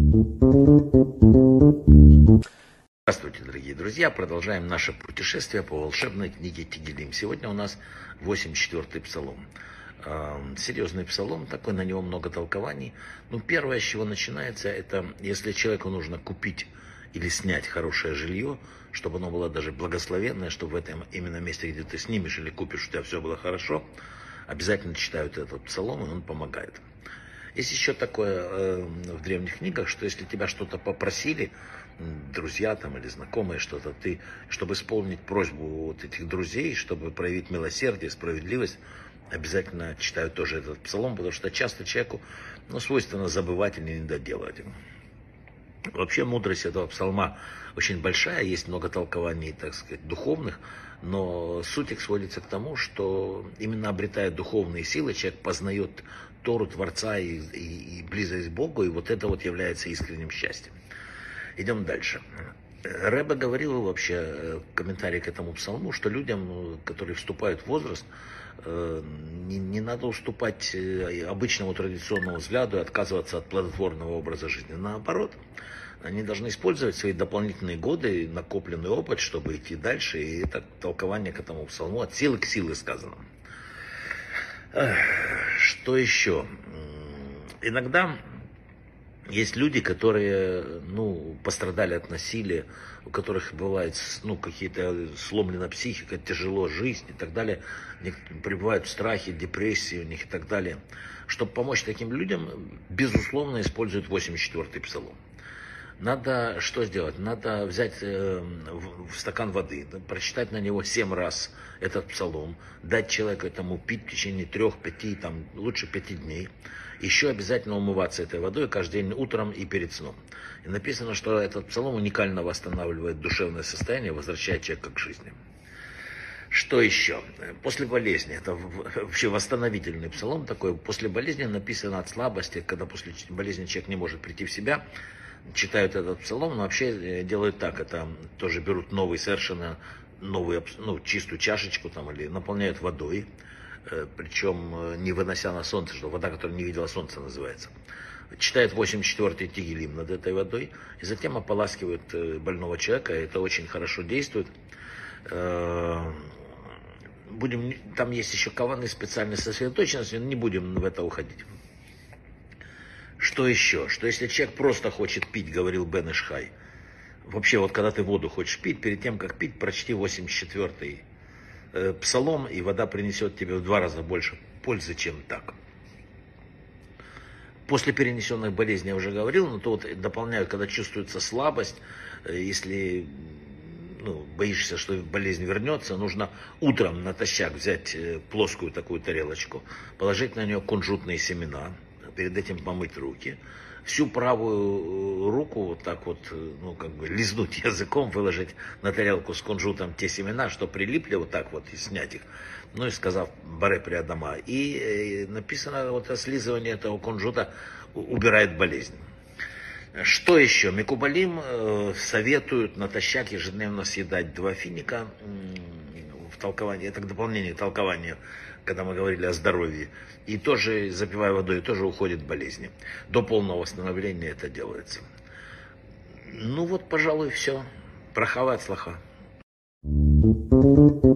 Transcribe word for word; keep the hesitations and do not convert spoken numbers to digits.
Здравствуйте, дорогие друзья! Продолжаем наше путешествие по волшебной книге Тегилим. Сегодня у нас восемьдесят четвёртый псалом. Серьезный псалом, такой, на него много толкований. Ну, первое, с чего начинается, это если человеку нужно купить или снять хорошее жилье, чтобы оно было даже благословенное, чтобы в этом именно месте, где ты снимешь или купишь, у тебя все было хорошо, обязательно читают этот псалом, и он помогает. Есть еще такое э, в древних книгах, что если тебя что-то попросили, друзья там или знакомые что-то, ты, чтобы исполнить просьбу вот этих друзей, чтобы проявить милосердие, справедливость, обязательно читают тоже этот псалом, потому что часто человеку, ну, свойственно забывать или недоделывать. Вообще мудрость этого псалма очень большая, есть много толкований, так сказать, духовных, но суть их сводится к тому, что именно обретая духовные силы, человек познает Тору Творца и, и, и близость к Богу, и вот это вот является искренним счастьем. Идем дальше. Ребе говорил вообще в комментарии к этому псалму, что людям, которые вступают в возраст, не, не надо уступать обычному традиционному взгляду и отказываться от плодотворного образа жизни. Наоборот, они должны использовать свои дополнительные годы, накопленный опыт, чтобы идти дальше. И это толкование к этому псалму от силы к силе сказано. Что еще? Иногда есть люди, которые, ну, пострадали от насилия, у которых бывает, ну, какие-то сломлена психика, тяжело жизнь и так далее, они пребывают в страхе, депрессии у них и так далее. Чтобы помочь таким людям, безусловно, используют восемьдесят четвёртый псалом. Надо что сделать? Надо взять э, в, в стакан воды, да, прочитать на него семь раз этот псалом, дать человеку этому пить в течение трех, пяти, там, лучше пяти дней. Еще обязательно умываться этой водой каждый день утром и перед сном. И написано, что этот псалом уникально восстанавливает душевное состояние, возвращает человека к жизни. Что еще? После болезни, это вообще восстановительный псалом такой, после болезни написано от слабости, когда после болезни человек не может прийти в себя, читают этот псалом, но вообще делают так, это тоже берут новый, совершенно новую, ну, чистую чашечку там, или наполняют водой, причем не вынося на солнце, что вода, которая не видела солнца, называется. Читают восемьдесят четвёртый Тегилим над этой водой, и затем ополаскивают больного человека, это очень хорошо действует. Будем, там есть еще каваны специальной сосредоточенности, не будем в это уходить. Что еще? Что если человек просто хочет пить, говорил Бен Иш Хай, вообще вот когда ты воду хочешь пить, перед тем как пить, прочти восемьдесят четвёртый э, псалом, и вода принесет тебе в два раза больше пользы, чем так. После перенесенных болезней я уже говорил, но то вот дополняют, когда чувствуется слабость, э, если ну, боишься, что болезнь вернется, нужно утром натощак взять э, плоскую такую тарелочку, положить на нее кунжутные семена, перед этим помыть руки, всю правую руку вот так вот, ну, как бы лизнуть языком, выложить на тарелку с кунжутом те семена, что прилипли вот так вот, и снять их, ну, и сказав Баре при Адама. И написано, вот слизывание этого кунжута убирает болезнь. Что еще? Мекубалим э, советуют натощак ежедневно съедать два финика в толковании, это к дополнению к толкованию, когда мы говорили о здоровье, и тоже, запивая водой, тоже уходит болезни. До полного восстановления это делается. Ну вот, пожалуй, все. Брахава ат слаха.